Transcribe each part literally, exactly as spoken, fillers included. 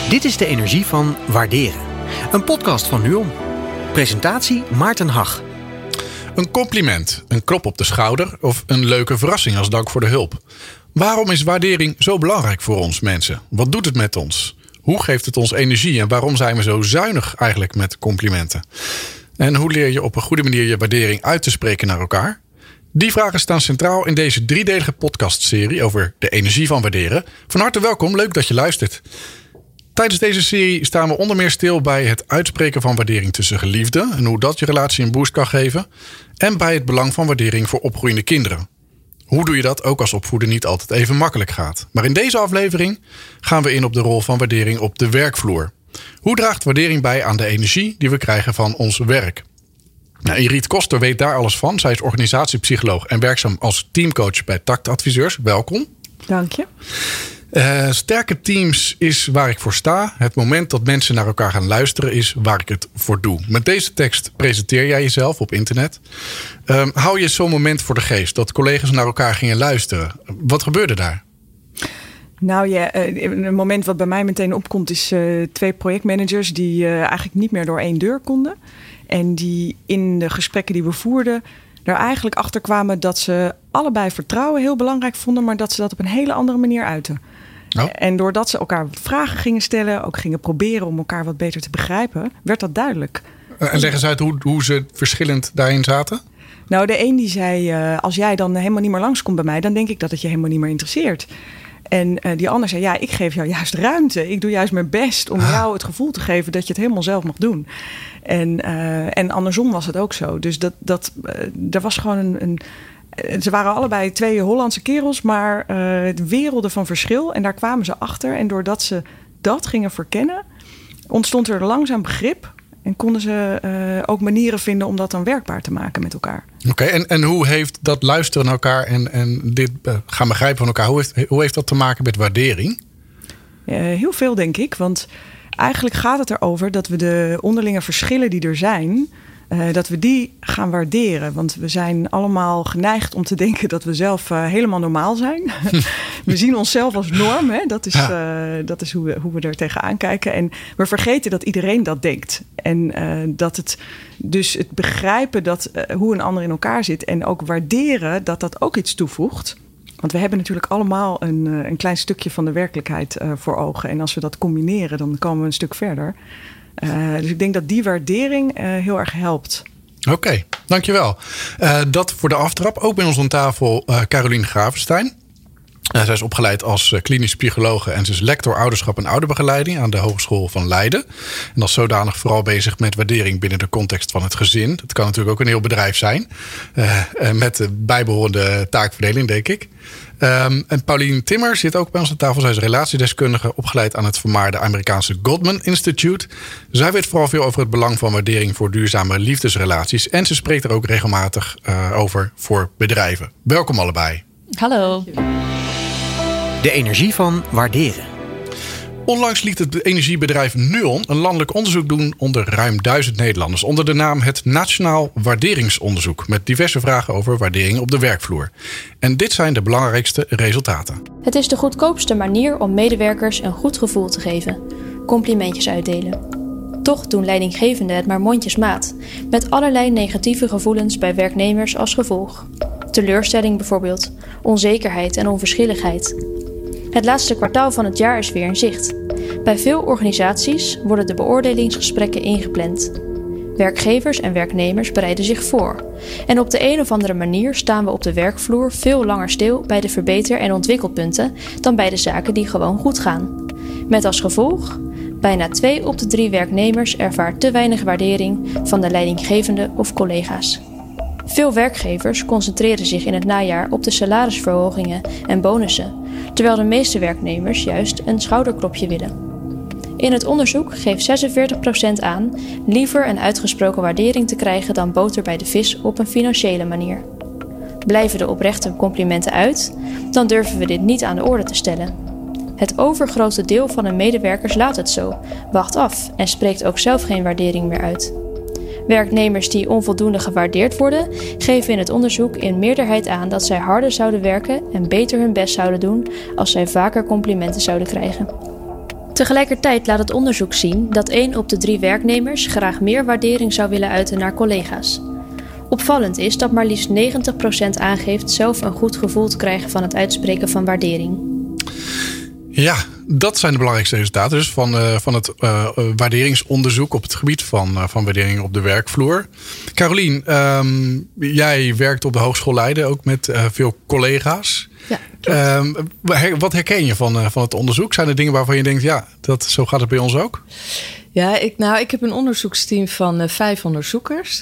Dit is de energie van waarderen. Een podcast van Nuon. Presentatie Maarten Hag. Een compliment, een klop op de schouder of een leuke verrassing als dank voor de hulp. Waarom is waardering zo belangrijk voor ons mensen? Wat doet het met ons? Hoe geeft het ons energie en waarom zijn we zo zuinig eigenlijk met complimenten? En hoe leer je op een goede manier je waardering uit te spreken naar elkaar? Die vragen staan centraal in deze driedelige podcastserie over de energie van waarderen. Van harte welkom, leuk dat je luistert. Tijdens deze serie staan we onder meer stil bij het uitspreken van waardering tussen geliefden en hoe dat je relatie een boost kan geven. En bij het belang van waardering voor opgroeiende kinderen. Hoe doe je dat ook als opvoeden niet altijd even makkelijk gaat? Maar in deze aflevering gaan we in op de rol van waardering op de werkvloer. Hoe draagt waardering bij aan de energie die we krijgen van ons werk? Nou, Irit Koster weet daar alles van. Zij is organisatiepsycholoog en werkzaam als teamcoach bij Tact Adviseurs. Welkom. Dank je. Uh, sterke teams is waar ik voor sta. Het moment dat mensen naar elkaar gaan luisteren is waar ik het voor doe. Met deze tekst presenteer jij jezelf op internet. Uh, hou je zo'n moment voor de geest dat collega's naar elkaar gingen luisteren? Wat gebeurde daar? Nou ja, een moment wat bij mij meteen opkomt is uh, twee projectmanagers die uh, eigenlijk niet meer door één deur konden. En die in de gesprekken die we voerden er eigenlijk achter kwamen dat ze allebei vertrouwen heel belangrijk vonden, maar dat ze dat op een hele andere manier uiten. Oh. En doordat ze elkaar vragen gingen stellen, ook gingen proberen om elkaar wat beter te begrijpen, werd dat duidelijk. En leg eens uit hoe, hoe ze verschillend daarin zaten? Nou, de een die zei, uh, als jij dan helemaal niet meer langskomt bij mij, dan denk ik dat het je helemaal niet meer interesseert. En uh, die ander zei, ja, ik geef jou juist ruimte. Ik doe juist mijn best om ah. jou het gevoel te geven dat je het helemaal zelf mag doen. En, uh, en andersom was het ook zo. Dus dat, dat, uh, er was gewoon een, een... Ze waren allebei twee Hollandse kerels, maar uh, werelden van verschil. En daar kwamen ze achter. En doordat ze dat gingen verkennen, ontstond er langzaam begrip. En konden ze uh, ook manieren vinden om dat dan werkbaar te maken met elkaar. Oké, okay, en, en hoe heeft dat luisteren naar elkaar en, en dit uh, gaan begrijpen van elkaar, hoe heeft, hoe heeft dat te maken met waardering? Uh, heel veel, denk ik. Want eigenlijk gaat het erover dat we de onderlinge verschillen die er zijn, Uh, dat we die gaan waarderen. Want we zijn allemaal geneigd om te denken dat we zelf uh, helemaal normaal zijn. We zien onszelf als norm. Hè? Dat is, uh, dat is hoe, we, hoe we er tegenaan kijken. En we vergeten dat iedereen dat denkt. En uh, dat het dus het begrijpen dat, uh, hoe een ander in elkaar zit en ook waarderen dat dat ook iets toevoegt. Want we hebben natuurlijk allemaal een, uh, een klein stukje van de werkelijkheid uh, voor ogen. En als we dat combineren, dan komen we een stuk verder. Uh, dus ik denk dat die waardering uh, heel erg helpt. Oké, okay, dankjewel. Uh, dat voor de aftrap. Ook bij ons aan tafel uh, Carolien Gravenstein. Uh, zij is opgeleid als uh, klinisch psychologe en ze is lector ouderschap en ouderbegeleiding aan de Hogeschool van Leiden. En als zodanig vooral bezig met waardering binnen de context van het gezin. Dat kan natuurlijk ook een heel bedrijf zijn. Uh, uh, met de bijbehorende taakverdeling, denk ik. Um, en Paulien Timmer zit ook bij ons aan tafel. Zij is relatiedeskundige, opgeleid aan het vermaarde Amerikaanse Gottman Institute. Zij weet vooral veel over het belang van waardering voor duurzame liefdesrelaties. En ze spreekt er ook regelmatig uh, over voor bedrijven. Welkom allebei. Hallo. De energie van waarderen. Onlangs liet het energiebedrijf Nuon een landelijk onderzoek doen onder ruim duizend Nederlanders. Onder de naam het Nationaal Waarderingsonderzoek. Met diverse vragen over waardering op de werkvloer. En dit zijn de belangrijkste resultaten. Het is de goedkoopste manier om medewerkers een goed gevoel te geven. Complimentjes uitdelen. Toch doen leidinggevenden het maar mondjesmaat. Met allerlei negatieve gevoelens bij werknemers als gevolg. Teleurstelling bijvoorbeeld. Onzekerheid en onverschilligheid. Het laatste kwartaal van het jaar is weer in zicht. Bij veel organisaties worden de beoordelingsgesprekken ingepland. Werkgevers en werknemers bereiden zich voor. En op de een of andere manier staan we op de werkvloer veel langer stil bij de verbeter- en ontwikkelpunten dan bij de zaken die gewoon goed gaan. Met als gevolg, bijna twee op de drie werknemers ervaart te weinig waardering van de leidinggevende of collega's. Veel werkgevers concentreren zich in het najaar op de salarisverhogingen en bonussen, terwijl de meeste werknemers juist een schouderklopje willen. In het onderzoek geeft zesenveertig procent aan liever een uitgesproken waardering te krijgen dan boter bij de vis op een financiële manier. Blijven de oprechte complimenten uit, dan durven we dit niet aan de orde te stellen. Het overgrote deel van de medewerkers laat het zo, wacht af en spreekt ook zelf geen waardering meer uit. Werknemers die onvoldoende gewaardeerd worden, geven in het onderzoek in meerderheid aan dat zij harder zouden werken en beter hun best zouden doen als zij vaker complimenten zouden krijgen. Tegelijkertijd laat het onderzoek zien dat één op de drie werknemers graag meer waardering zou willen uiten naar collega's. Opvallend is dat maar liefst negentig procent aangeeft zelf een goed gevoel te krijgen van het uitspreken van waardering. Ja, dat zijn de belangrijkste resultaten dus van, uh, van het uh, waarderingsonderzoek op het gebied van, uh, van waardering op de werkvloer. Carolien, um, jij werkt op de Hogeschool Leiden ook met uh, veel collega's. Ja, um, wat herken je van, uh, van het onderzoek? Zijn er dingen waarvan je denkt, ja, dat, zo gaat het bij ons ook? Ja, ik, nou, ik heb een onderzoeksteam van uh, vijf onderzoekers.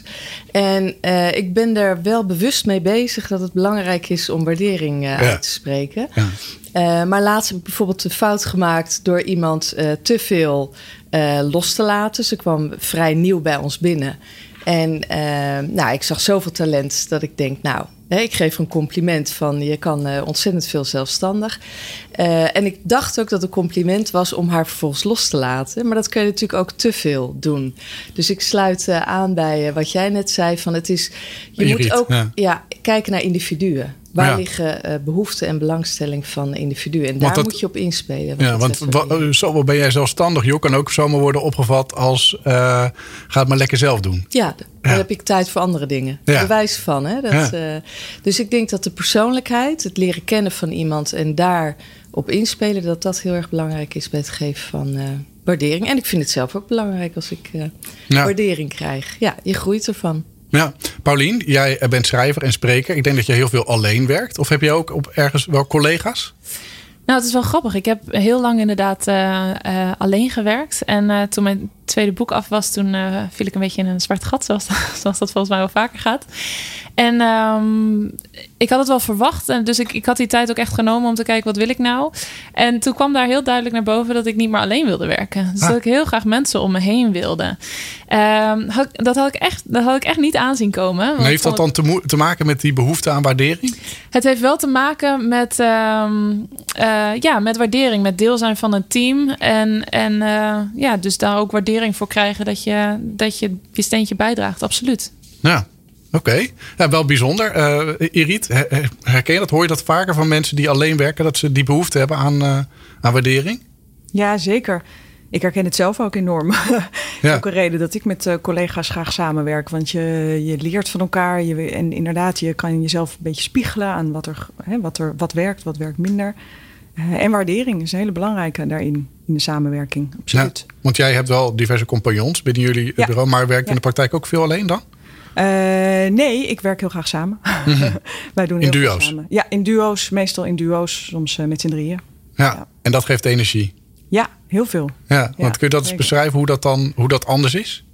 En uh, ik ben er wel bewust mee bezig dat het belangrijk is om waardering uh, ja. uit te spreken. Ja. Uh, maar laatst heb ik bijvoorbeeld de fout gemaakt door iemand uh, te veel uh, los te laten. Ze kwam vrij nieuw bij ons binnen. En uh, nou, ik zag zoveel talent dat ik denk, nou, hè, ik geef een compliment van je kan uh, ontzettend veel zelfstandig. Uh, en ik dacht ook dat het een compliment was om haar vervolgens los te laten. Maar dat kun je natuurlijk ook te veel doen. Dus ik sluit uh, aan bij uh, wat jij net zei. Van het is, je Irrit, moet ook ja. Ja, kijken naar individuen. Waar ja. liggen uh, behoeften en belangstelling van individuen? En daar dat, moet je op inspelen. Ja, want wa, zo ben jij zelfstandig. Je kan ook zomaar worden opgevat als uh, ga het maar lekker zelf doen. Ja, dan ja. heb ik tijd voor andere dingen. Ja. Bewijs van. Hè? Dat, ja. uh, dus ik denk dat de persoonlijkheid, het leren kennen van iemand en daar op inspelen, dat dat heel erg belangrijk is bij het geven van uh, waardering. En ik vind het zelf ook belangrijk als ik uh, ja. waardering krijg. Ja, je groeit ervan. Ja, Paulien, jij bent schrijver en spreker. Ik denk dat je heel veel alleen werkt. Of heb je ook op ergens wel collega's? Nou, het is wel grappig. Ik heb heel lang inderdaad uh, uh, alleen gewerkt. En uh, toen mijn tweede boek af was, toen uh, viel ik een beetje in een zwart gat. Zoals, zoals dat volgens mij wel vaker gaat. En um, ik had het wel verwacht. En dus ik, ik had die tijd ook echt genomen om te kijken, wat wil ik nou? En toen kwam daar heel duidelijk naar boven dat ik niet meer alleen wilde werken. Dus ah. dat ik heel graag mensen om me heen wilde. Um, had, dat, had ik echt, dat had ik echt niet aanzien komen. Want en heeft dat dan te, mo- te maken met die behoefte aan waardering? Het heeft wel te maken met, um, uh, ja, met waardering. Met deel zijn van een team. En, en uh, ja, dus daar ook waardering voor krijgen dat je, dat je je steentje bijdraagt. Absoluut. Ja. Oké, okay. Ja, wel bijzonder. Uh, Irrit, herken je dat? Hoor je dat vaker van mensen die alleen werken, dat ze die behoefte hebben aan, uh, aan waardering? Ja, zeker. Ik herken het zelf ook enorm. Ja. Ook een reden dat ik met uh, collega's graag samenwerk. Want je, je leert van elkaar. Je, en inderdaad, je kan jezelf een beetje spiegelen aan wat er, hè, wat, er wat werkt, wat werkt minder. Uh, en waardering is een hele belangrijke daarin, in de samenwerking. Absoluut. Ja, want jij hebt wel diverse compagnons binnen jullie ja. bureau, maar werkt ja. in de praktijk ook veel alleen dan? Uh, nee, ik werk heel graag samen. Mm-hmm. Wij doen in heel duo's? veel samen. Ja, in duo's. Meestal in duo's, soms uh, met z'n drieën. Ja, ja, en dat geeft energie? Ja, heel veel. Ja, want ja, kun je dat eens beschrijven hoe dat dan hoe dat anders is?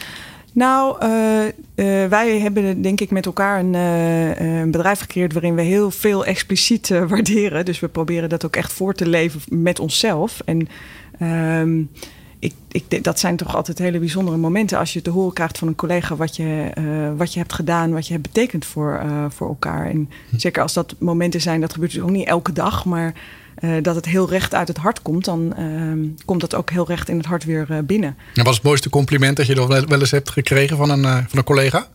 Nou, uh, uh, wij hebben denk ik met elkaar een, uh, een bedrijf gecreëerd waarin we heel veel expliciet uh, waarderen. Dus we proberen dat ook echt voor te leven met onszelf. En uh, ik, ik, dat zijn toch altijd hele bijzondere momenten als je te horen krijgt van een collega wat je, uh, wat je hebt gedaan, wat je hebt betekend voor, uh, voor elkaar. En hm. zeker als dat momenten zijn, dat gebeurt dus ook niet elke dag, maar uh, dat het heel recht uit het hart komt, dan uh, komt dat ook heel recht in het hart weer uh, binnen. En wat is het mooiste compliment dat je nog wel eens hebt gekregen van een, uh, van een collega?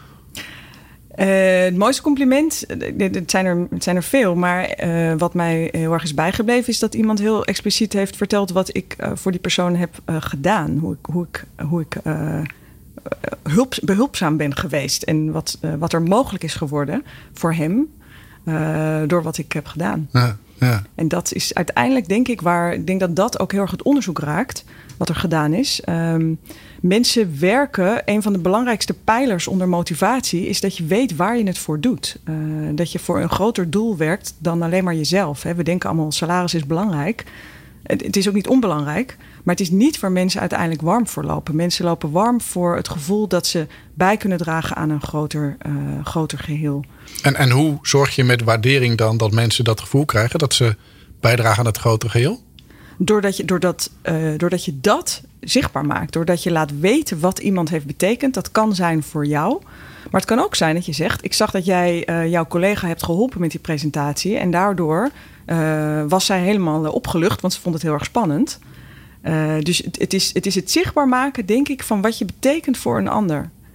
Uh, het mooiste compliment, het zijn er, het zijn er veel, maar uh, wat mij heel erg is bijgebleven is dat iemand heel expliciet heeft verteld wat ik uh, voor die persoon heb uh, gedaan. Hoe ik, hoe ik, hoe ik uh, hulp, behulpzaam ben geweest en wat, uh, wat er mogelijk is geworden voor hem uh, door wat ik heb gedaan. Ja, ja. En dat is uiteindelijk denk ik waar, ik denk dat dat ook heel erg het onderzoek raakt, wat er gedaan is. Um, Mensen werken, een van de belangrijkste pijlers onder motivatie is dat je weet waar je het voor doet. Uh, dat je voor een groter doel werkt dan alleen maar jezelf. Hè. We denken allemaal, salaris is belangrijk. Het, het is ook niet onbelangrijk, maar het is niet waar mensen uiteindelijk warm voor lopen. Mensen lopen warm voor het gevoel dat ze bij kunnen dragen aan een groter, uh, groter geheel. En, en hoe zorg je met waardering dan dat mensen dat gevoel krijgen dat ze bijdragen aan het grotere geheel? Doordat je, doordat, uh, doordat je dat zichtbaar maakt. Doordat je laat weten wat iemand heeft betekend. Dat kan zijn voor jou. Maar het kan ook zijn dat je zegt, ik zag dat jij uh, jouw collega hebt geholpen met die presentatie. En daardoor uh, was zij helemaal uh, opgelucht. Want ze vond het heel erg spannend. Uh, dus het, het, is, het is het zichtbaar maken, denk ik, van wat je betekent voor een ander.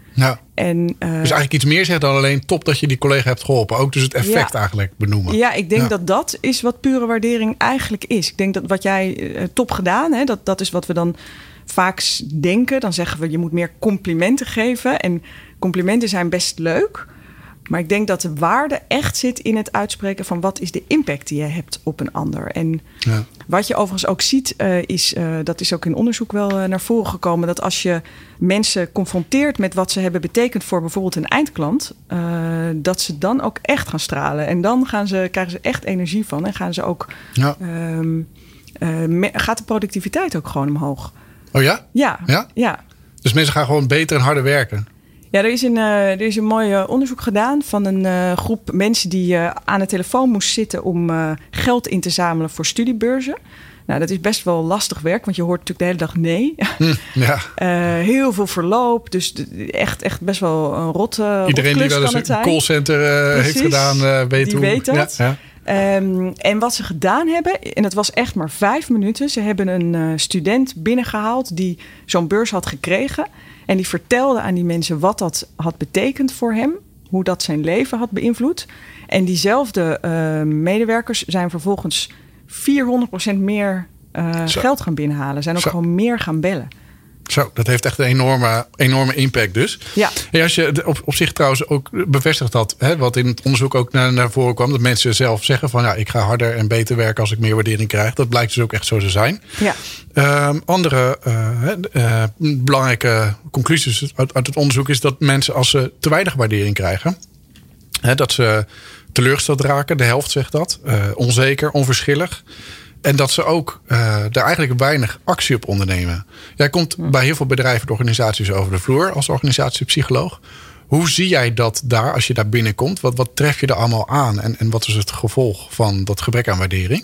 Ja. En, uh, dus eigenlijk iets meer zegt dan alleen top dat je die collega hebt geholpen. Ook dus het effect ja. eigenlijk benoemen. Ja, ik denk ja. dat dat is wat pure waardering eigenlijk is. Ik denk dat wat jij uh, top gedaan, hè, dat, dat is wat we dan vaak denken. Dan zeggen we je moet meer complimenten geven. En complimenten zijn best leuk. Maar ik denk dat de waarde echt zit in het uitspreken van wat is de impact die je hebt op een ander. En ja. wat je overigens ook ziet, uh, is, uh, dat is ook in onderzoek wel uh, naar voren gekomen, dat als je mensen confronteert met wat ze hebben betekend voor bijvoorbeeld een eindklant, uh, dat ze dan ook echt gaan stralen. En dan gaan ze, krijgen ze echt energie van en gaan ze ook, ja. um, uh, me, gaat de productiviteit ook gewoon omhoog. Oh ja? Ja. ja? ja. Dus mensen gaan gewoon beter en harder werken? Ja, er is een, uh, er is een mooi uh, onderzoek gedaan van een uh, groep mensen die uh, aan de telefoon moest zitten om uh, geld in te zamelen voor studiebeurzen. Nou, dat is best wel lastig werk, want je hoort natuurlijk de hele dag nee. Hm, ja. uh, heel veel verloop, dus echt, echt best wel een rotte Iedereen die wel eens een callcenter uh, heeft gedaan, uh, weet die hoe. weet dat. Ja, ja. Um, en wat ze gedaan hebben, en het was echt maar vijf minuten. Ze hebben een uh, student binnengehaald die zo'n beurs had gekregen. En die vertelde aan die mensen wat dat had betekend voor hem. Hoe dat zijn leven had beïnvloed. En diezelfde uh, medewerkers zijn vervolgens vierhonderd procent meer uh, geld gaan binnenhalen. Zijn ook Zo. gewoon meer gaan bellen. Zo, dat heeft echt een enorme, enorme impact dus. Ja. En als je op, op zich trouwens ook bevestigt dat, hè, wat in het onderzoek ook naar, naar voren kwam, dat mensen zelf zeggen van ja, ik ga harder en beter werken als ik meer waardering krijg. Dat blijkt dus ook echt zo te zijn. Ja. Um, andere uh, uh, belangrijke conclusies uit, uit het onderzoek is dat mensen als ze te weinig waardering krijgen, hè, dat ze teleurgesteld raken, de helft zegt dat, uh, onzeker, onverschillig. En dat ze ook uh, daar eigenlijk weinig actie op ondernemen. Jij komt ja. bij heel veel bedrijven en organisaties over de vloer als organisatiepsycholoog. Hoe zie jij dat daar als je daar binnenkomt? Wat, wat tref je er allemaal aan? En, en wat is het gevolg van dat gebrek aan waardering?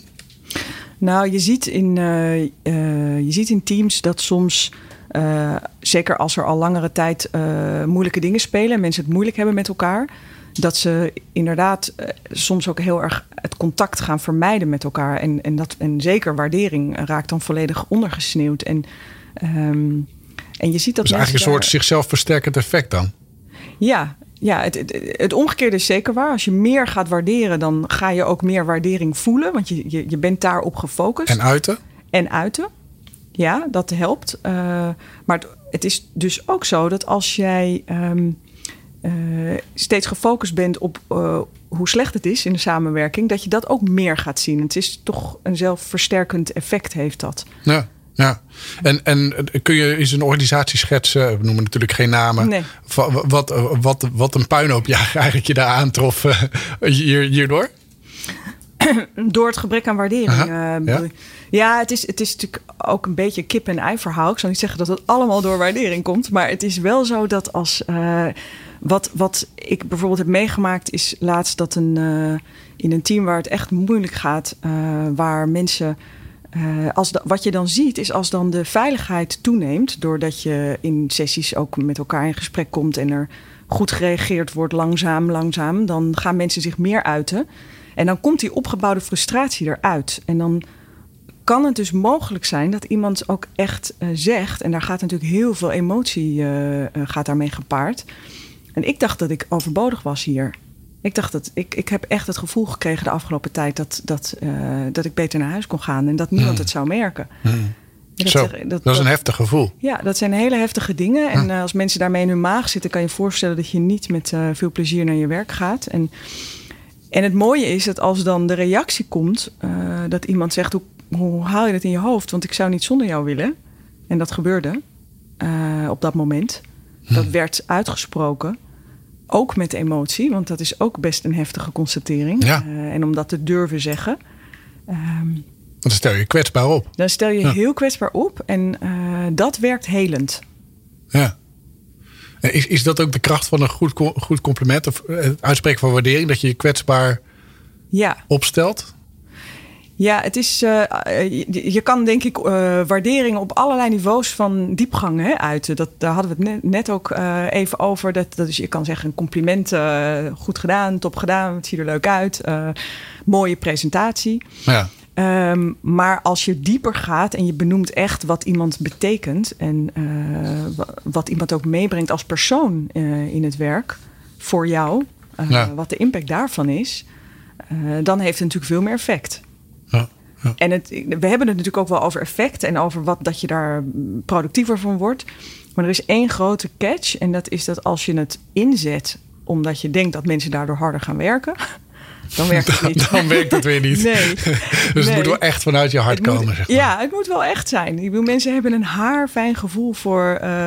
Nou, je ziet in, uh, uh, je ziet in teams dat soms, uh, zeker als er al langere tijd uh, moeilijke dingen spelen en mensen het moeilijk hebben met elkaar, dat ze inderdaad uh, soms ook heel erg het contact gaan vermijden met elkaar. En, en, dat, en zeker waardering raakt dan volledig ondergesneeuwd. En, um, en je ziet dat. Dus eigenlijk een soort daar zichzelf versterkend effect dan? Ja, ja het, het, het omgekeerde is zeker waar. Als je meer gaat waarderen, dan ga je ook meer waardering voelen. Want je, je, je bent daarop gefocust. En uiten? En uiten. Ja, dat helpt. Uh, maar het, het is dus ook zo dat als jij Um, Uh, steeds gefocust bent op uh, hoe slecht het is in de samenwerking, dat je dat ook meer gaat zien. Het is toch een zelfversterkend effect heeft dat. Ja, ja. En, en kun je eens een organisatie schetsen, we noemen natuurlijk geen namen, nee. wat, wat, wat een puinhoop ja, eigenlijk je daar aantrof uh, hier, hierdoor? Door het gebrek aan waardering. Uh, ja, ja het, is, het is natuurlijk ook een beetje een kip-en-ei verhaal. Ik zal niet zeggen dat het allemaal door waardering komt, maar het is wel zo dat als Uh, Wat, wat ik bijvoorbeeld heb meegemaakt is laatst dat een, uh, in een team waar het echt moeilijk gaat, uh, waar mensen, uh, als de, wat je dan ziet is als dan de veiligheid toeneemt, doordat je in sessies ook met elkaar in gesprek komt en er goed gereageerd wordt, langzaam, langzaam, dan gaan mensen zich meer uiten. En dan komt die opgebouwde frustratie eruit. En dan kan het dus mogelijk zijn dat iemand ook echt uh, zegt, en daar gaat natuurlijk heel veel emotie uh, uh, gaat daarmee gepaard. En ik dacht dat ik overbodig was hier. Ik dacht dat ik, ik heb echt het gevoel gekregen de afgelopen tijd dat, dat, uh, dat ik beter naar huis kon gaan en dat niemand hmm. het zou merken. Hmm. Dat, Zo, zeg, dat, dat is dat, een heftig gevoel. Ja, dat zijn hele heftige dingen. En uh, als mensen daarmee in hun maag zitten, kan je je voorstellen dat je niet met uh, veel plezier naar je werk gaat. En, en het mooie is dat als dan de reactie komt, uh, dat iemand zegt, hoe, hoe haal je dat in je hoofd? Want ik zou niet zonder jou willen. En dat gebeurde uh, op dat moment. Dat hmm. werd uitgesproken. Ook met emotie, want dat is ook best een heftige constatering. Ja. Uh, en om dat te durven zeggen. Um, dan stel je kwetsbaar op. Dan stel je ja. heel kwetsbaar op. En uh, dat werkt helend. Ja. Is, is dat ook de kracht van een goed, goed compliment? Of het uitspreken van waardering? Dat je je kwetsbaar ja. opstelt? Ja, het is, uh, je, je kan denk ik uh, waarderingen op allerlei niveaus van diepgang hè, uiten. Dat, daar hadden we het net, net ook uh, even over. Dat, dat is, je kan zeggen een compliment, uh, goed gedaan, top gedaan, het ziet er leuk uit. Uh, mooie presentatie. Ja. Um, maar als je dieper gaat en je benoemt echt wat iemand betekent en uh, wat iemand ook meebrengt als persoon uh, in het werk voor jou, uh, ja. wat de impact daarvan is, uh, dan heeft het natuurlijk veel meer effect. Ja. Ja. En het, we hebben het natuurlijk ook wel over effect en over wat dat je daar productiever van wordt. Maar er is één grote catch en dat is dat als je het inzet omdat je denkt dat mensen daardoor harder gaan werken, dan werkt het niet. Dan werkt het weer niet. Nee. Dus nee. het moet wel echt vanuit je hart het komen. Moet, zeg maar. Ja, het moet wel echt zijn. Ik bedoel, mensen hebben een haarfijn gevoel voor, uh,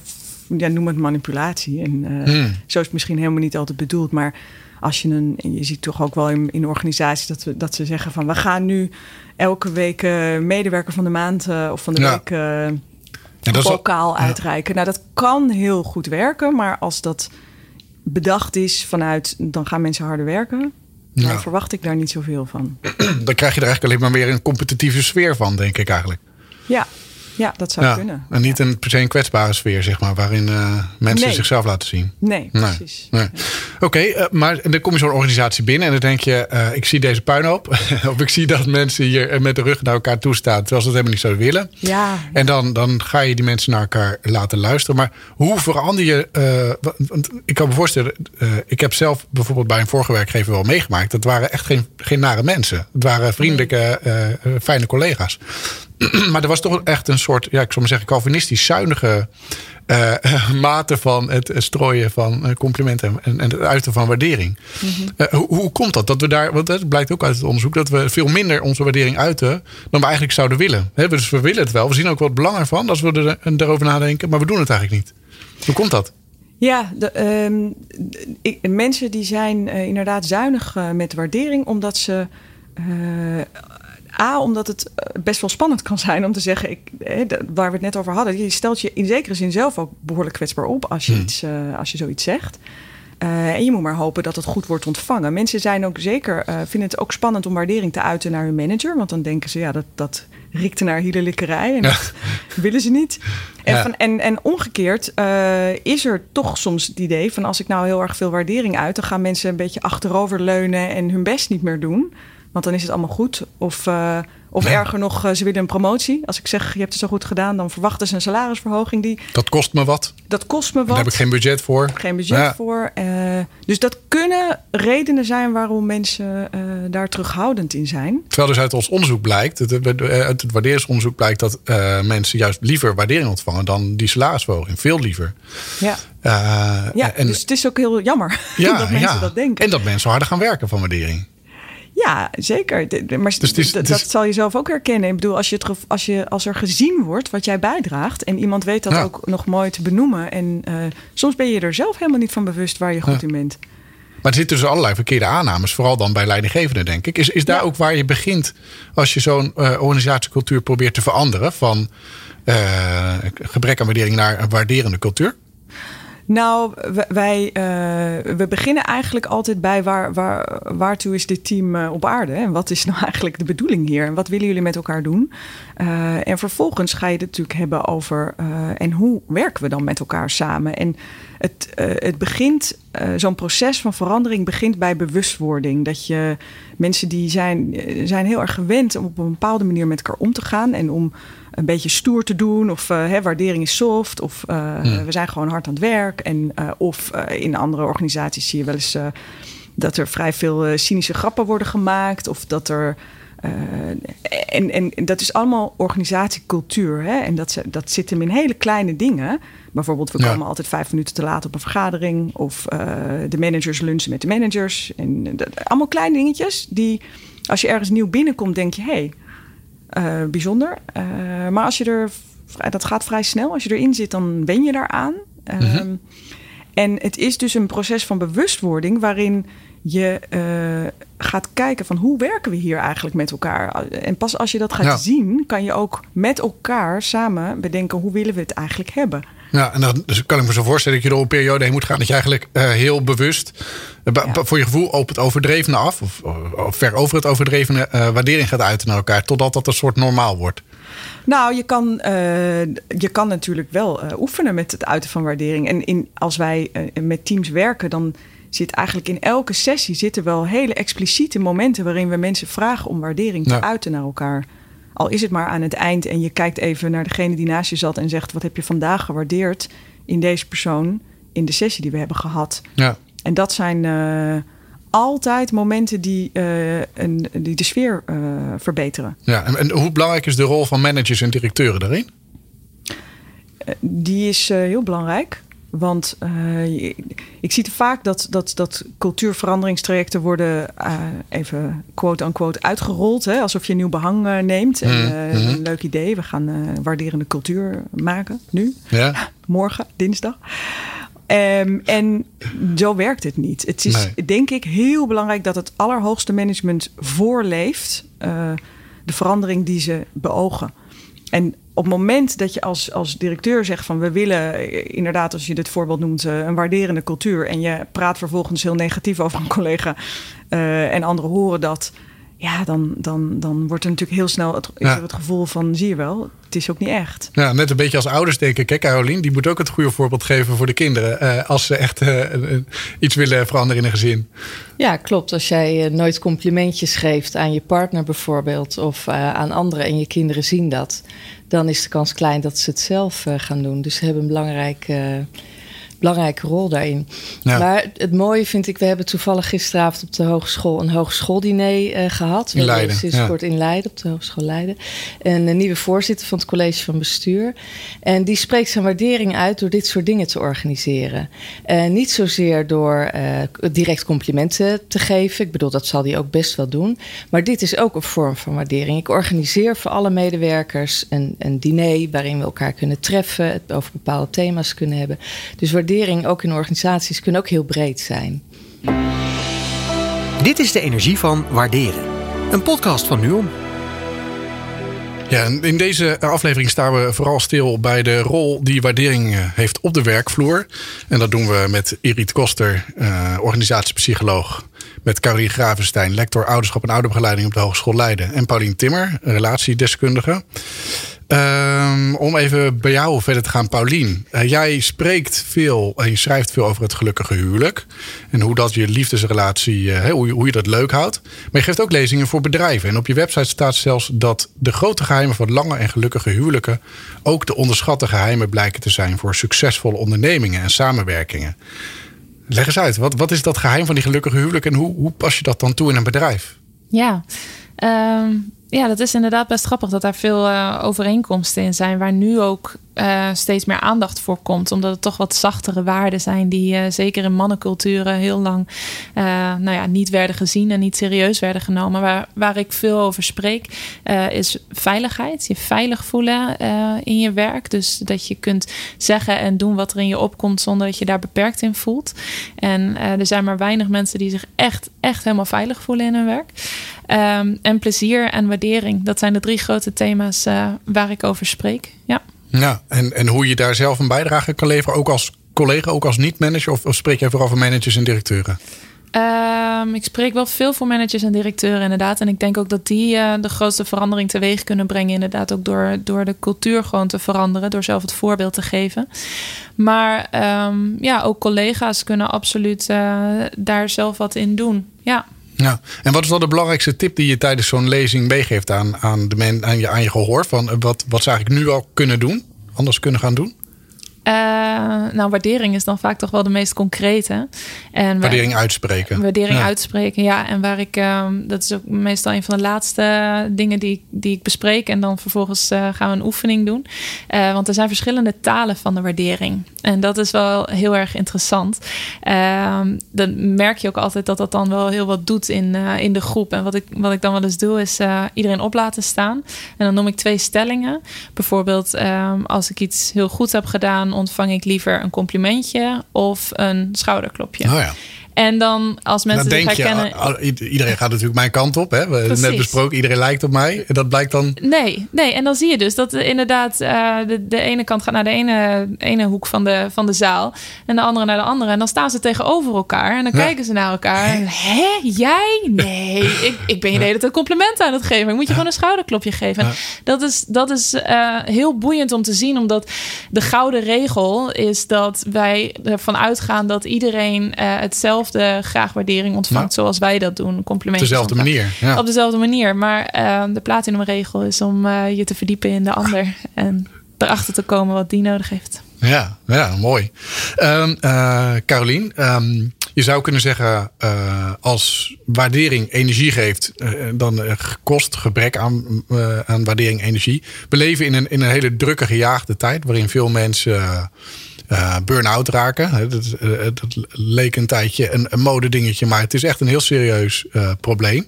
ja, noem het manipulatie. En uh, hmm. zo is het misschien helemaal niet altijd bedoeld. Maar als je een, en je ziet toch ook wel in, in organisaties dat, we, dat ze zeggen van, we gaan nu elke week uh, medewerker van de maand uh, of van de ja. week uh, ja, bokaal al, uitreiken. Ja. Nou, dat kan heel goed werken, maar als dat bedacht is vanuit, dan gaan mensen harder werken. Dan ja. verwacht ik daar niet zoveel van. Dan krijg je er eigenlijk alleen maar weer een competitieve sfeer van, denk ik eigenlijk. Ja, ja dat zou ja. kunnen. En niet ja. een per se een kwetsbare sfeer, zeg maar, waarin uh, mensen nee. zichzelf laten zien. Nee, nee. precies. Nee. Ja. Oké, okay, uh, maar dan kom je zo'n organisatie binnen en dan denk je, uh, ik zie deze puinhoop. Of ik zie dat mensen hier met de rug naar elkaar toe staan, terwijl ze dat helemaal niet zouden willen. Ja. En dan, dan ga je die mensen naar elkaar laten luisteren. Maar hoe verander je... Uh, want ik kan me voorstellen, uh, ik heb zelf bijvoorbeeld bij een vorige werkgever wel meegemaakt. Dat waren echt geen, geen nare mensen. Het waren vriendelijke, uh, fijne collega's. Maar er was toch echt een soort, ja, ik zou maar zeggen, Calvinistisch zuinige uh, uh, mate van het strooien van uh, complimenten en, en het uiten van waardering. Mm-hmm. Uh, hoe, hoe komt dat? Dat we daar, want het blijkt ook uit het onderzoek, dat we veel minder onze waardering uiten dan we eigenlijk zouden willen. He, dus we willen het wel. We zien ook wat belang ervan als we er, daarover nadenken, maar we doen het eigenlijk niet. Hoe komt dat? Ja, de, um, de, ik, mensen die zijn uh, inderdaad zuinig uh, met waardering, omdat ze... Uh, A, omdat het best wel spannend kan zijn om te zeggen, ik, hè, waar we het net over hadden, je stelt je in zekere zin zelf ook behoorlijk kwetsbaar op als je, hmm. iets, uh, als je zoiets zegt. Uh, en je moet maar hopen dat het goed wordt ontvangen. Mensen zijn ook zeker, uh, vinden het ook spannend om waardering te uiten naar hun manager, want dan denken ze, ja, dat, dat riekt naar hielenlikkerij en dat willen ze niet. En, ja. van, en, en omgekeerd uh, is er toch soms het idee van, als ik nou heel erg veel waardering uit, dan gaan mensen een beetje achterover leunen en hun best niet meer doen. Want dan is het allemaal goed. Of, uh, of ja. erger nog, uh, ze willen een promotie. Als ik zeg, je hebt het zo goed gedaan, dan verwachten ze een salarisverhoging. Die, dat kost me wat. Dat kost me wat. Daar heb ik geen budget voor. Geen budget ja. voor. Uh, dus dat kunnen redenen zijn waarom mensen uh, daar terughoudend in zijn. Terwijl dus uit ons onderzoek blijkt, het, uit het waarderingsonderzoek blijkt dat uh, mensen juist liever waardering ontvangen dan die salarisverhoging. Veel liever. Ja. Uh, ja, en, dus het is ook heel jammer ja, dat mensen ja. dat denken. En dat mensen harder gaan werken van waardering. Ja, zeker. Maar dus is, dat, dat zal je zelf ook herkennen. Ik bedoel, als, je het, als, je, als er gezien wordt wat jij bijdraagt en iemand weet dat ja. ook nog mooi te benoemen. En uh, soms ben je er zelf helemaal niet van bewust waar je goed ja. in bent. Maar er zitten dus allerlei verkeerde aannames, vooral dan bij leidinggevenden, denk ik. Is, is daar ja. ook waar je begint als je zo'n uh, organisatiecultuur probeert te veranderen van uh, gebrek aan waardering naar een waarderende cultuur? Nou, wij uh, we beginnen eigenlijk altijd bij waar, waar, waartoe is dit team uh, op aarde? En wat is nou eigenlijk de bedoeling hier? En wat willen jullie met elkaar doen? Uh, en vervolgens ga je het natuurlijk hebben over uh, en hoe werken we dan met elkaar samen? En het, uh, het begint, uh, zo'n proces van verandering begint bij bewustwording. Dat je mensen die zijn, zijn heel erg gewend om op een bepaalde manier met elkaar om te gaan en om een beetje stoer te doen. Of uh, hè, waardering is soft. Of uh, hmm. we zijn gewoon hard aan het werk. En, uh, of uh, in andere organisaties zie je wel eens uh, dat er vrij veel uh, cynische grappen worden gemaakt. Of dat er... Uh, en, en, en dat is allemaal organisatiecultuur. Hè? En dat, dat zit hem in hele kleine dingen. Bijvoorbeeld, we komen ja. altijd vijf minuten te laat op een vergadering. Of uh, de managers lunchen met de managers. En dat, allemaal kleine dingetjes die, als je ergens nieuw binnenkomt, denk je... Hey, Uh, bijzonder. Uh, maar als je er, dat gaat vrij snel. Als je erin zit, dan wen je daaraan. Uh, mm-hmm. En het is dus een proces van bewustwording waarin je uh, gaat kijken van hoe werken we hier eigenlijk met elkaar. En pas als je dat gaat ja. zien, kan je ook met elkaar samen bedenken hoe willen we het eigenlijk hebben. Ja, en dan dus kan ik me zo voorstellen dat je door een periode heen moet gaan dat je eigenlijk uh, heel bewust uh, ja. voor je gevoel op het overdrevene af of, of ver over het overdrevene uh, waardering gaat uiten naar elkaar totdat dat een soort normaal wordt. Nou, je kan, uh, je kan natuurlijk wel uh, oefenen met het uiten van waardering. En in, als wij uh, met teams werken, dan zit eigenlijk in elke sessie zitten wel hele expliciete momenten waarin we mensen vragen om waardering te ja. uiten naar elkaar. Al is het maar aan het eind en je kijkt even naar degene die naast je zat en zegt: wat heb je vandaag gewaardeerd in deze persoon in de sessie die we hebben gehad? Ja. En dat zijn uh, altijd momenten die, uh, een, die de sfeer uh, verbeteren. Ja, en, en hoe belangrijk is de rol van managers en directeuren daarin? Uh, die is uh, heel belangrijk. Want uh, ik zie te vaak dat, dat, dat cultuurveranderingstrajecten worden uh, even quote-unquote uitgerold. Hè? Alsof je een nieuw behang uh, neemt. En, uh, mm-hmm. Een leuk idee. We gaan uh, waarderende cultuur maken. Nu. Ja. Morgen, dinsdag. Um, en zo werkt het niet. Het is nee. denk ik heel belangrijk dat het allerhoogste management voorleeft. Uh, de verandering die ze beogen. En op het moment dat je als, als directeur zegt van we willen inderdaad, als je dit voorbeeld noemt, een waarderende cultuur. En je praat vervolgens heel negatief over een collega uh, en anderen horen dat. Ja, dan, dan, dan wordt er natuurlijk heel snel het, is er het gevoel van zie je wel, het is ook niet echt. Ja, net een beetje als ouders denk ik. Hè, Carolien, die moet ook het goede voorbeeld geven voor de kinderen. Uh, als ze echt uh, iets willen veranderen in een gezin. Ja, klopt. Als jij uh, nooit complimentjes geeft aan je partner bijvoorbeeld. Of uh, aan anderen en je kinderen zien dat. Dan is de kans klein dat ze het zelf uh, gaan doen. Dus ze hebben een belangrijk... Uh, belangrijke rol daarin. Ja. Maar het mooie vind ik, we hebben toevallig gisteravond op de hogeschool een hogesschooldiner uh, gehad. In Leiden. Sinds ja. kort in Leiden, op de Hogeschool Leiden. En een nieuwe voorzitter van het college van bestuur. En die spreekt zijn waardering uit door dit soort dingen te organiseren. Uh, niet zozeer door uh, direct complimenten te geven. Ik bedoel, dat zal hij ook best wel doen. Maar dit is ook een vorm van waardering. Ik organiseer voor alle medewerkers een, een diner waarin we elkaar kunnen treffen, het over bepaalde thema's kunnen hebben. Dus waardering ook in organisaties kunnen ook heel breed zijn. Dit is de energie van waarderen. Een podcast van Nuon. Ja, in deze aflevering staan we vooral stil bij de rol die waardering heeft op de werkvloer. En dat doen we met Irit Koster, uh, organisatiepsycholoog. Met Carolien Gravenstein, lector ouderschap en ouderbegeleiding op de Hogeschool Leiden. En Paulien Timmer, relatiedeskundige. Um, om even bij jou verder te gaan, Paulien. Uh, jij spreekt veel en je schrijft veel over het gelukkige huwelijk. En hoe dat je liefdesrelatie, uh, hoe, je, hoe je dat leuk houdt. Maar je geeft ook lezingen voor bedrijven. En op je website staat zelfs dat de grote geheimen van lange en gelukkige huwelijken ook de onderschatte geheimen blijken te zijn voor succesvolle ondernemingen en samenwerkingen. Leg eens uit, wat, wat is dat geheim van die gelukkige huwelijk en hoe, hoe pas je dat dan toe in een bedrijf? Ja, um, ja, dat is inderdaad best grappig dat daar veel uh, overeenkomsten in zijn, waar nu ook uh, steeds meer aandacht voor komt. Omdat het toch wat zachtere waarden zijn die uh, zeker in mannenculturen heel lang uh, nou ja, niet werden gezien en niet serieus werden genomen. Waar, waar ik veel over spreek uh, is veiligheid. Je veilig voelen uh, in je werk. Dus dat je kunt zeggen en doen wat er in je opkomt zonder dat je daar beperkt in voelt. En uh, er zijn maar weinig mensen die zich echt, echt helemaal veilig voelen in hun werk. Um, en plezier en waardering. Dat zijn de drie grote thema's uh, waar ik over spreek. Ja. Ja, en, en hoe je daar zelf een bijdrage kan leveren, ook als collega, ook als niet-manager? Of, of spreek jij vooral voor managers en directeuren? Um, ik spreek wel veel voor managers en directeuren inderdaad. En ik denk ook dat die uh, de grootste verandering teweeg kunnen brengen. Inderdaad ook door, door de cultuur gewoon te veranderen. Door zelf het voorbeeld te geven. Maar um, ja, ook collega's kunnen absoluut uh, daar zelf wat in doen. Ja. Ja, en wat is dan de belangrijkste tip die je tijdens zo'n lezing meegeeft aan, aan, de men, aan, je, aan je gehoor? Van wat, wat ze eigenlijk nu al kunnen doen, anders kunnen gaan doen? Uh, nou, waardering is dan vaak toch wel de meest concrete. En waardering waar, uitspreken. Waardering ja. uitspreken, ja. En waar ik, uh, dat is ook meestal een van de laatste dingen die, die ik bespreek. En dan vervolgens uh, gaan we een oefening doen. Uh, want er zijn verschillende talen van de waardering. En dat is wel heel erg interessant. Uh, dan merk je ook altijd dat dat dan wel heel wat doet in, uh, in de groep. En wat ik, wat ik dan wel eens doe, is uh, iedereen op laten staan. En dan noem ik twee stellingen. Bijvoorbeeld, uh, als ik iets heel goed heb gedaan, ontvang ik liever een complimentje of een schouderklopje. Oh ja. En dan als mensen dan zich herkennen... Je, iedereen gaat natuurlijk mijn kant op. Hè? We hebben net besproken, iedereen lijkt op mij. En dat blijkt dan... Nee, nee. En dan zie je dus dat inderdaad uh, de, de ene kant gaat naar de ene, ene hoek van de, van de zaal. En de andere naar de andere. En dan staan ze tegenover elkaar. En dan ja. kijken ze naar elkaar. Hè? Hè? Jij? Nee. Ik, ik ben je de hele tijd complimenten aan het geven. Ik moet je ja. gewoon een schouderklopje geven. Ja. Dat is, dat is uh, heel boeiend om te zien. Omdat de gouden regel is dat wij ervan uitgaan dat iedereen uh, hetzelfde dezelfde graag waardering ontvangt nou, zoals wij dat doen. Complimentjes op dezelfde ontvangt. manier. Ja. Op dezelfde manier. Maar uh, de platinumregel is om uh, je te verdiepen in de ander. En erachter te komen wat die nodig heeft. Ja, ja, mooi. Um, uh, Carolien, um, je zou kunnen zeggen, uh, als waardering energie geeft, uh, dan uh, kost gebrek aan, uh, aan waardering energie. We leven in een, in een hele drukke, gejaagde tijd, waarin veel mensen uh, uh, burn-out raken. Dat, uh, dat leek een tijdje een, een modedingetje, maar het is echt een heel serieus uh, probleem.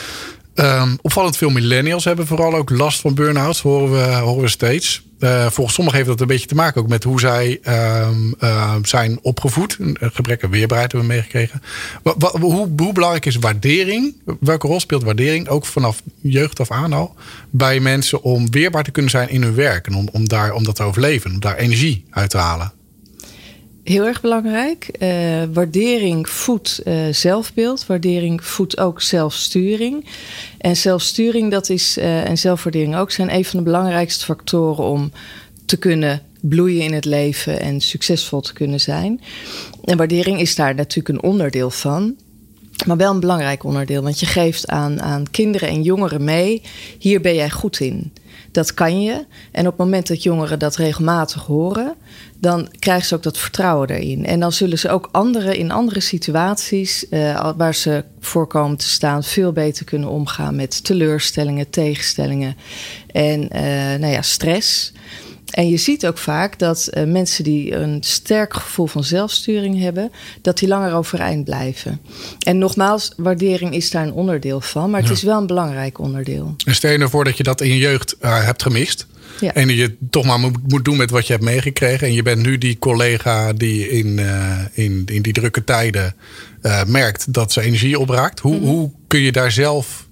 Um, opvallend veel millennials hebben vooral ook last van burn-outs, horen we, horen we steeds. Uh, volgens sommigen heeft dat een beetje te maken ook met hoe zij uh, uh, zijn opgevoed. Een gebrek aan weerbaarheid hebben we meegekregen. Wa, wa, hoe, hoe belangrijk is waardering? Welke rol speelt waardering, ook vanaf jeugd af aan al, bij mensen om weerbaar te kunnen zijn in hun werk en om, om, daar, om dat te overleven, om daar energie uit te halen? Heel erg belangrijk. Uh, waardering voedt uh, zelfbeeld. Waardering voedt ook zelfsturing. En zelfsturing dat is, uh, en zelfwaardering ook zijn een van de belangrijkste factoren om te kunnen bloeien in het leven en succesvol te kunnen zijn. En waardering is daar natuurlijk een onderdeel van. Maar wel een belangrijk onderdeel. Want je geeft aan, aan kinderen en jongeren mee, hier ben jij goed in. Dat kan je. En op het moment dat jongeren dat regelmatig horen, dan krijgen ze ook dat vertrouwen erin. En dan zullen ze ook anderen in andere situaties uh, waar ze voor komen te staan, veel beter kunnen omgaan met teleurstellingen, tegenstellingen en uh, nou ja, stress. En je ziet ook vaak dat uh, mensen die een sterk gevoel van zelfsturing hebben, dat die langer overeind blijven. En nogmaals, waardering is daar een onderdeel van, maar het ja. is wel een belangrijk onderdeel. En stel je nou voor dat je dat in je jeugd uh, hebt gemist. Ja. En je toch maar moet, moet doen met wat je hebt meegekregen. En je bent nu die collega die in, uh, in, in die drukke tijden uh, merkt dat ze energie opraakt. Hoe, mm-hmm. hoe kun je daar zelf...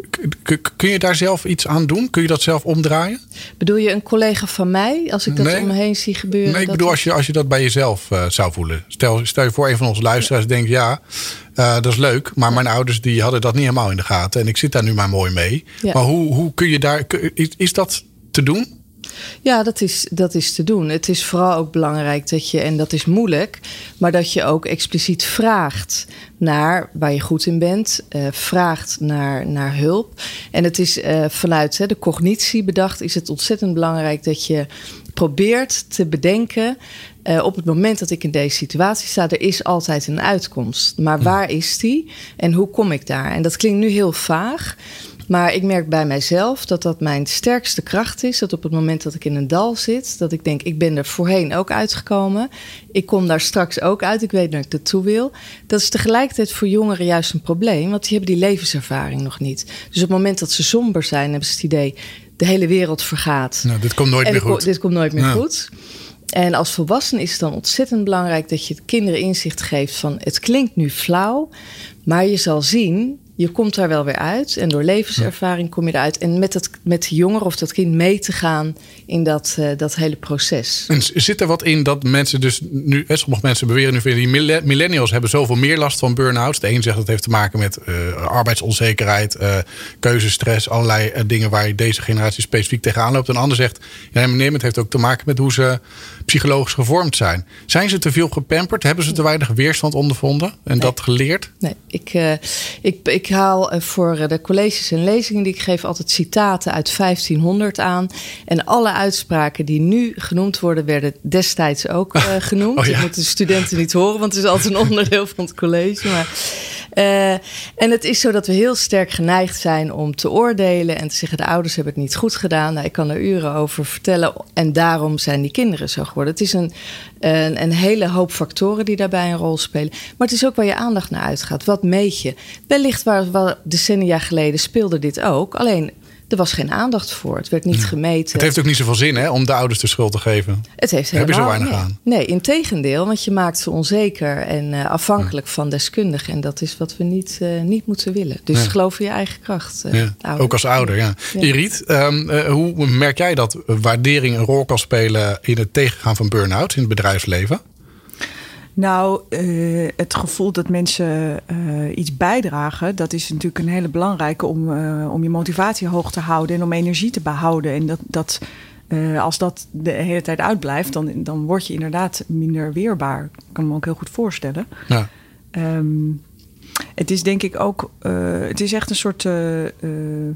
Kun je daar zelf iets aan doen? Kun je dat zelf omdraaien? Bedoel je een collega van mij? Als ik dat nee. om me heen zie gebeuren? Nee, ik bedoel als je, als je dat bij jezelf uh, zou voelen. Stel, stel je voor een van onze luisteraars ja. denkt... ja, uh, dat is leuk. Maar mijn ouders die hadden dat niet helemaal in de gaten. En ik zit daar nu maar mooi mee. Ja. Maar hoe, hoe kun je daar... Is, is dat te doen? Ja, dat is, dat is te doen. Het is vooral ook belangrijk dat je, en dat is moeilijk, maar dat je ook expliciet vraagt naar waar je goed in bent. Uh, vraagt naar, naar hulp. En het is uh, vanuit hè, de cognitie bedacht, is het ontzettend belangrijk dat je probeert te bedenken, Uh, op het moment dat ik in deze situatie sta, er is altijd een uitkomst. Maar waar is die en hoe kom ik daar? En dat klinkt nu heel vaag. Maar ik merk bij mijzelf dat dat mijn sterkste kracht is. Dat op het moment dat ik in een dal zit, dat ik denk, ik ben er voorheen ook uitgekomen. Ik kom daar straks ook uit. Ik weet dat ik naartoe wil. Dat is tegelijkertijd voor jongeren juist een probleem. Want die hebben die levenservaring nog niet. Dus op het moment dat ze somber zijn, hebben ze het idee, de hele wereld vergaat. Nou, dit komt nooit en meer goed. Dit komt nooit meer ja. goed. En als volwassene is het dan ontzettend belangrijk dat je de kinderen inzicht geeft van, het klinkt nu flauw, maar je zal zien, je komt daar wel weer uit. En door levenservaring kom je eruit. En met, het, met de jonger of dat kind mee te gaan in dat, uh, dat hele proces. En zit er wat in dat mensen dus nu... Sommige mensen beweren nu, die millennials hebben zoveel meer last van burn-outs. De een zegt dat heeft te maken met uh, arbeidsonzekerheid, uh, keuzestress, allerlei uh, dingen waar deze generatie specifiek tegenaan loopt. En de ander zegt, ja, meneer, het heeft ook te maken met hoe ze psychologisch gevormd zijn. Zijn ze te veel gepamperd? Hebben ze te weinig weerstand ondervonden en nee. dat geleerd? Nee, ik, uh, ik, ik haal uh, voor de colleges en lezingen die ik geef altijd citaten uit vijftienhonderd aan. En alle uitspraken die nu genoemd worden, werden destijds ook uh, genoemd. Oh, ja. Dat moeten de studenten niet horen, want het is altijd een onderdeel van het college. Maar, uh, en het is zo dat we heel sterk geneigd zijn om te oordelen en te zeggen, de ouders hebben het niet goed gedaan. Nou, ik kan er uren over vertellen en daarom zijn die kinderen zo geworden. Het is een, een, een hele hoop factoren die daarbij een rol spelen. Maar het is ook waar je aandacht naar uitgaat. Wat meet je? Wellicht waar, waar decennia geleden speelde dit ook. Alleen, er was geen aandacht voor. Het werd niet gemeten. Het heeft ook niet zoveel zin hè, om de ouders de schuld te geven. Het heeft helemaal, helemaal heb je zo weinig nee. aan. Nee, integendeel. Want je maakt ze onzeker en uh, afhankelijk ja. van deskundigen. En dat is wat we niet, uh, niet moeten willen. Dus ja. geloof in je eigen kracht. Uh, ja. Ook als ouder, ja. ja. Irit, um, uh, hoe merk jij dat waardering een rol kan spelen in het tegengaan van burn-out in het bedrijfsleven? Nou, uh, het gevoel dat mensen uh, iets bijdragen, dat is natuurlijk een hele belangrijke om, uh, om je motivatie hoog te houden en om energie te behouden. En dat, dat uh, als dat de hele tijd uitblijft, dan, dan word je inderdaad minder weerbaar. Ik kan me ook heel goed voorstellen. Ja. Um, het is denk ik ook... Uh, het is echt een soort... Uh, uh,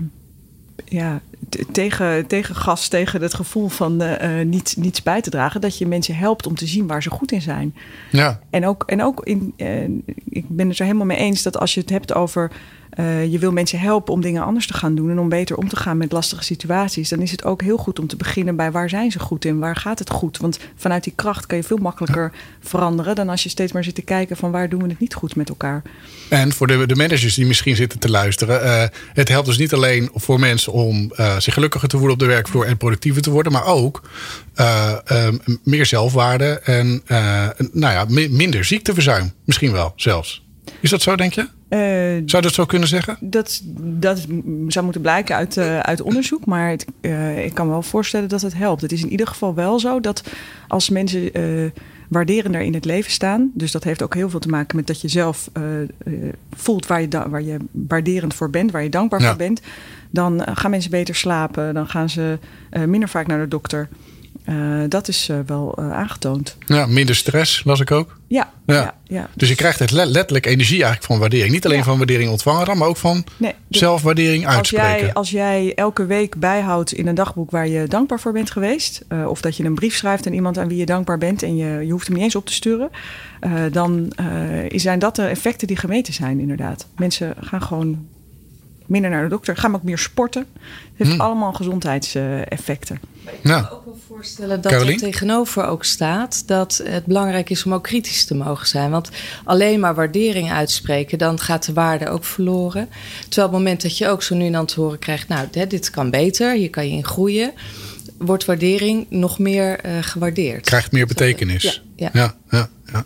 ja, t- tegen, tegen gas, tegen het gevoel van uh, uh, niet, niets bij te dragen. Dat je mensen helpt om te zien waar ze goed in zijn. Ja. En ook, en ook in, uh, ik ben het er helemaal mee eens dat als je het hebt over... Uh, je wil mensen helpen om dingen anders te gaan doen... en om beter om te gaan met lastige situaties... dan is het ook heel goed om te beginnen bij waar zijn ze goed in? Waar gaat het goed? Want vanuit die kracht kan je veel makkelijker veranderen... dan als je steeds maar zit te kijken van waar doen we het niet goed met elkaar. En voor de, de managers die misschien zitten te luisteren... Uh, het helpt dus niet alleen voor mensen om uh, zich gelukkiger te voelen op de werkvloer... en productiever te worden, maar ook uh, uh, meer zelfwaarde... en uh, nou ja, mi- minder ziekteverzuim misschien wel zelfs. Is dat zo, denk je? Uh, zou je dat zo kunnen zeggen? Dat, dat zou moeten blijken uit, uh, uit onderzoek. Maar het, uh, ik kan me wel voorstellen dat het helpt. Het is in ieder geval wel zo dat als mensen uh, waarderender in het leven staan... dus dat heeft ook heel veel te maken met dat je zelf uh, uh, voelt... Waar je, da- waar je waarderend voor bent, waar je dankbaar ja. voor bent... dan uh, gaan mensen beter slapen. Dan gaan ze uh, minder vaak naar de dokter... Uh, dat is uh, wel uh, aangetoond. Ja, minder stress, las ik ook. Ja, ja. ja, ja. Dus je krijgt het letterlijk energie eigenlijk van waardering. Niet alleen ja. van waardering ontvangen dan, maar ook van nee, dus zelfwaardering uitspreken. Als jij, als jij elke week bijhoudt in een dagboek waar je dankbaar voor bent geweest... Uh, of dat je een brief schrijft aan iemand aan wie je dankbaar bent... en je, je hoeft hem niet eens op te sturen... Uh, dan uh, zijn dat de effecten die gemeten zijn inderdaad. Mensen gaan gewoon minder naar de dokter. Gaan ook meer sporten. Het heeft hmm. allemaal gezondheidseffecten. Ik kan me ook wel voorstellen dat Caroline? Er tegenover ook staat... dat het belangrijk is om ook kritisch te mogen zijn. Want alleen maar waardering uitspreken... dan gaat de waarde ook verloren. Terwijl op het moment dat je ook zo nu en dan te horen krijgt... nou, dit kan beter, hier kan je in groeien... wordt waardering nog meer uh, gewaardeerd. Krijgt meer betekenis. Ja, ja. ja, ja, ja.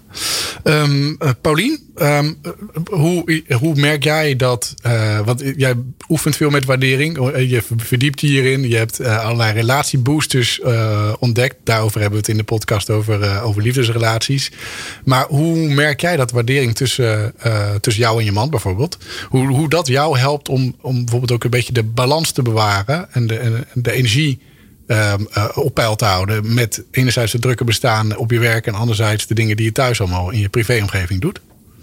Um, uh, Paulien, um, uh, hoe, hoe merk jij dat... Uh, want jij oefent veel met waardering. Je verdiept je hierin. Je hebt uh, allerlei relatieboosters uh, ontdekt. Daarover hebben we het in de podcast over, uh, over liefdesrelaties. Maar hoe merk jij dat waardering tussen, uh, tussen jou en je man bijvoorbeeld... hoe, hoe dat jou helpt om, om bijvoorbeeld ook een beetje de balans te bewaren... en de, en de energie... Um, uh, op peil te houden met enerzijds het drukke bestaan op je werk... en anderzijds de dingen die je thuis allemaal in je privéomgeving doet?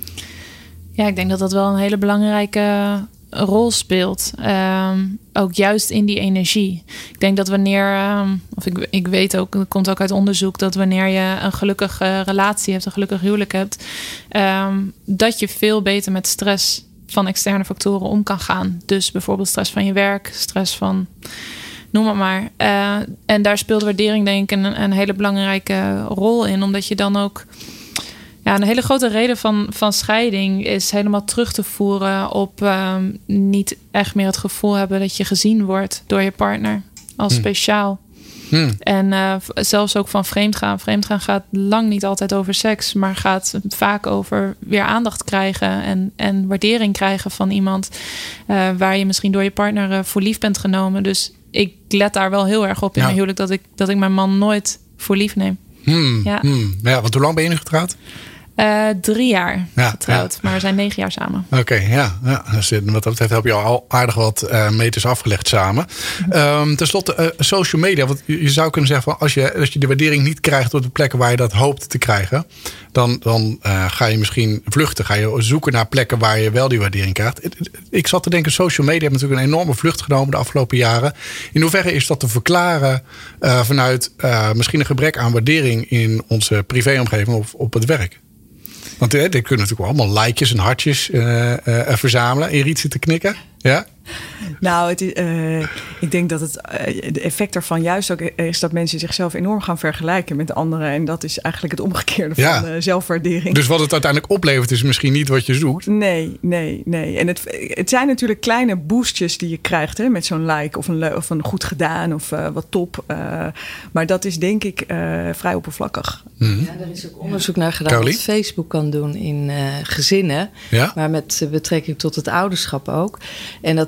Ja, ik denk dat dat wel een hele belangrijke rol speelt. Um, ook juist in die energie. Ik denk dat wanneer, um, of ik, ik weet ook, dat komt ook uit onderzoek... dat wanneer je een gelukkige relatie hebt, een gelukkig huwelijk hebt... Um, dat je veel beter met stress van externe factoren om kan gaan. Dus bijvoorbeeld stress van je werk, stress van... noem het maar. Uh, en daar speelt waardering denk ik een, een hele belangrijke rol in. Omdat je dan ook... Ja, een hele grote reden van, van scheiding is helemaal terug te voeren op um, niet echt meer het gevoel hebben dat je gezien wordt door je partner als hmm. speciaal. Hmm. En uh, zelfs ook van vreemdgaan. Vreemdgaan gaat lang niet altijd over seks, maar gaat vaak over weer aandacht krijgen en, en waardering krijgen van iemand uh, waar je misschien door je partner uh, voor lief bent genomen. Dus ik let daar wel heel erg op in ja. mijn huwelijk dat ik, dat ik mijn man nooit voor lief neem. Hmm, ja. Hmm. Ja, want hoe lang ben je nu getrouwd? Uh, drie jaar ja, getrouwd, ja. maar we zijn negen jaar samen. Oké, okay, ja. ja. Dus wat dat betreft heb je al aardig wat uh, meters afgelegd samen. Um, ten slotte, uh, social media. Want je zou kunnen zeggen, van als, je, als je de waardering niet krijgt op de plekken waar je dat hoopt te krijgen, dan, dan uh, ga je misschien vluchten. Ga je zoeken naar plekken waar je wel die waardering krijgt. Ik zat te denken, social media heeft natuurlijk een enorme vlucht genomen de afgelopen jaren. In hoeverre is dat te verklaren uh, vanuit uh, misschien een gebrek aan waardering in onze privéomgeving of op het werk? Want hè, die kunnen natuurlijk wel allemaal likejes en hartjes uh, uh, verzamelen. Erik zit te knikken. Ja? Nou, het is, uh, ik denk dat het uh, de effect daarvan juist ook is dat mensen zichzelf enorm gaan vergelijken met anderen. En dat is eigenlijk het omgekeerde ja. van uh, zelfwaardering. Dus wat het uiteindelijk oplevert is misschien niet wat je zoekt? Nee, nee, nee. En het, het zijn natuurlijk kleine boostjes die je krijgt hè, met zo'n like of een, of een goed gedaan of uh, wat top. Uh, maar dat is denk ik uh, vrij oppervlakkig. Mm-hmm. Ja, er is ook onderzoek naar gedaan Caroline? Wat Facebook kan doen in uh, gezinnen. Ja? Maar met betrekking tot het ouderschap ook. En dat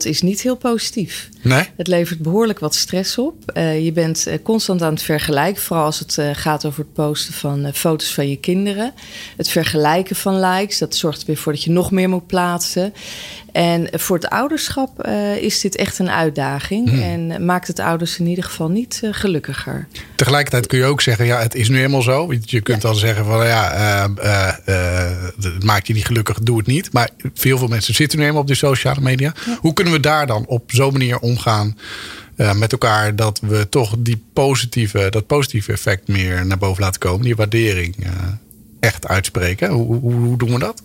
is niet heel positief. Nee? Het levert behoorlijk wat stress op. Uh, je bent uh, constant aan het vergelijken. Vooral als het uh, gaat over het posten van uh, foto's van je kinderen. Het vergelijken van likes. Dat zorgt er weer voor dat je nog meer moet plaatsen. En voor het ouderschap uh, is dit echt een uitdaging. Hmm. En maakt het ouders in ieder geval niet uh, gelukkiger. Tegelijkertijd kun je ook zeggen, ja, het is nu helemaal zo. Je kunt ja. dan zeggen van, ja, uh, uh, uh, het maakt je niet gelukkig, doe het niet. Maar veel, veel mensen zitten nu helemaal op die sociale media. Ja. Hoe kunnen we daar dan op zo'n manier omgaan uh, met elkaar, dat we toch die positieve, dat positieve effect meer naar boven laten komen, die waardering uh, echt uitspreken? Hoe, hoe, hoe doen we dat?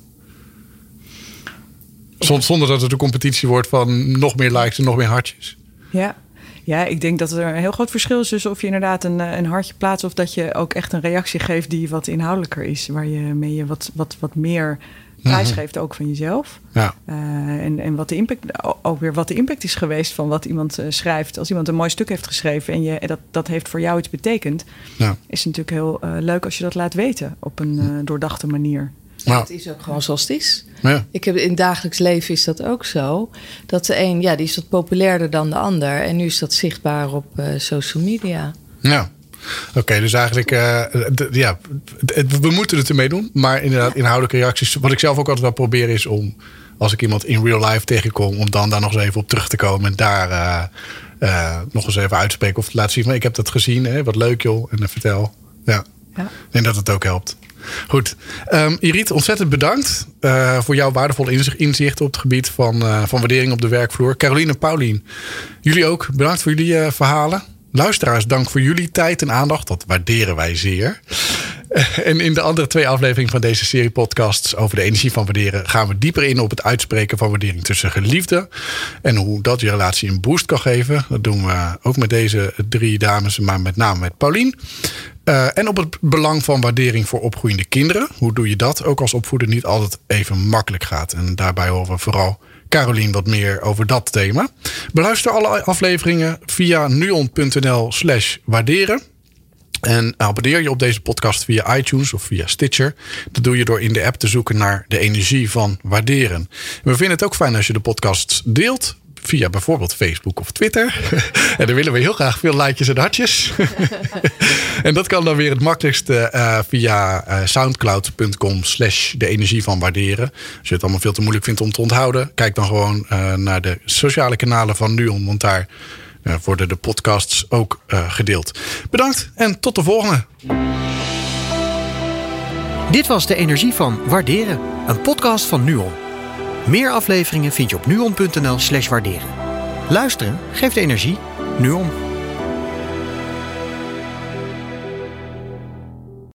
Zonder dat het een competitie wordt van nog meer likes en nog meer hartjes. Ja. Ja, ik denk dat er een heel groot verschil is tussen of je inderdaad een, een hartje plaatst of dat je ook echt een reactie geeft die wat inhoudelijker is. Waar je mee je wat, wat, wat meer prijs mm-hmm. geeft ook van jezelf. Ja. Uh, en en wat de impact, ook weer wat de impact is geweest van wat iemand uh, schrijft. Als iemand een mooi stuk heeft geschreven en, je, en dat, dat heeft voor jou iets betekend. Ja. Is het natuurlijk heel uh, leuk als je dat laat weten op een uh, doordachte manier. Ja. Het is ook gewoon zoals het is. Ja. Ik heb, in het dagelijks leven is dat ook zo. Dat de een, ja, die is wat populairder dan de ander. En nu is dat zichtbaar op uh, social media. Ja. Oké, okay, dus eigenlijk, uh, d- ja, d- we moeten het ermee doen. Maar inderdaad, inhoudelijke reacties. Wat ik zelf ook altijd wel probeer is om, als ik iemand in real life tegenkom, om dan daar nog eens even op terug te komen en daar uh, uh, nog eens even uitspreken of te laten zien. Maar ik heb dat gezien, hè, wat leuk joh, en uh, vertel. Ja. Ja. En dat het ook helpt. Goed. Um, Irit, ontzettend bedankt uh, voor jouw waardevolle inzichten op het gebied van, uh, van waardering op de werkvloer. Caroline en Paulien, jullie ook bedankt voor jullie uh, verhalen. Luisteraars, dank voor jullie tijd en aandacht. Dat waarderen wij zeer. Uh, en in de andere twee afleveringen van deze serie podcasts over de energie van waarderen gaan we dieper in op het uitspreken van waardering tussen geliefden. En hoe dat je relatie een boost kan geven. Dat doen we ook met deze drie dames, maar met name met Paulien. Uh, en op het belang van waardering voor opgroeiende kinderen. Hoe doe je dat? Ook als opvoeder niet altijd even makkelijk gaat. En daarbij horen we vooral Carolien wat meer over dat thema. Beluister alle afleveringen via nuon.nl slash waarderen. En abonneer je op deze podcast via iTunes of via Stitcher. Dat doe je door in de app te zoeken naar de energie van waarderen. We vinden het ook fijn als je de podcast deelt. Via bijvoorbeeld Facebook of Twitter. En dan willen we heel graag veel likejes en hartjes. En dat kan dan weer het makkelijkste uh, via uh, soundcloud.com slash de energie van waarderen. Als je het allemaal veel te moeilijk vindt om te onthouden, kijk dan gewoon uh, naar de sociale kanalen van Nuon. Want daar uh, worden de podcasts ook uh, gedeeld. Bedankt en tot de volgende. Dit was de energie van waarderen. Een podcast van Nuon. Meer afleveringen vind je op nuon.nl slash waarderen. Luisteren geeft energie. Nuon.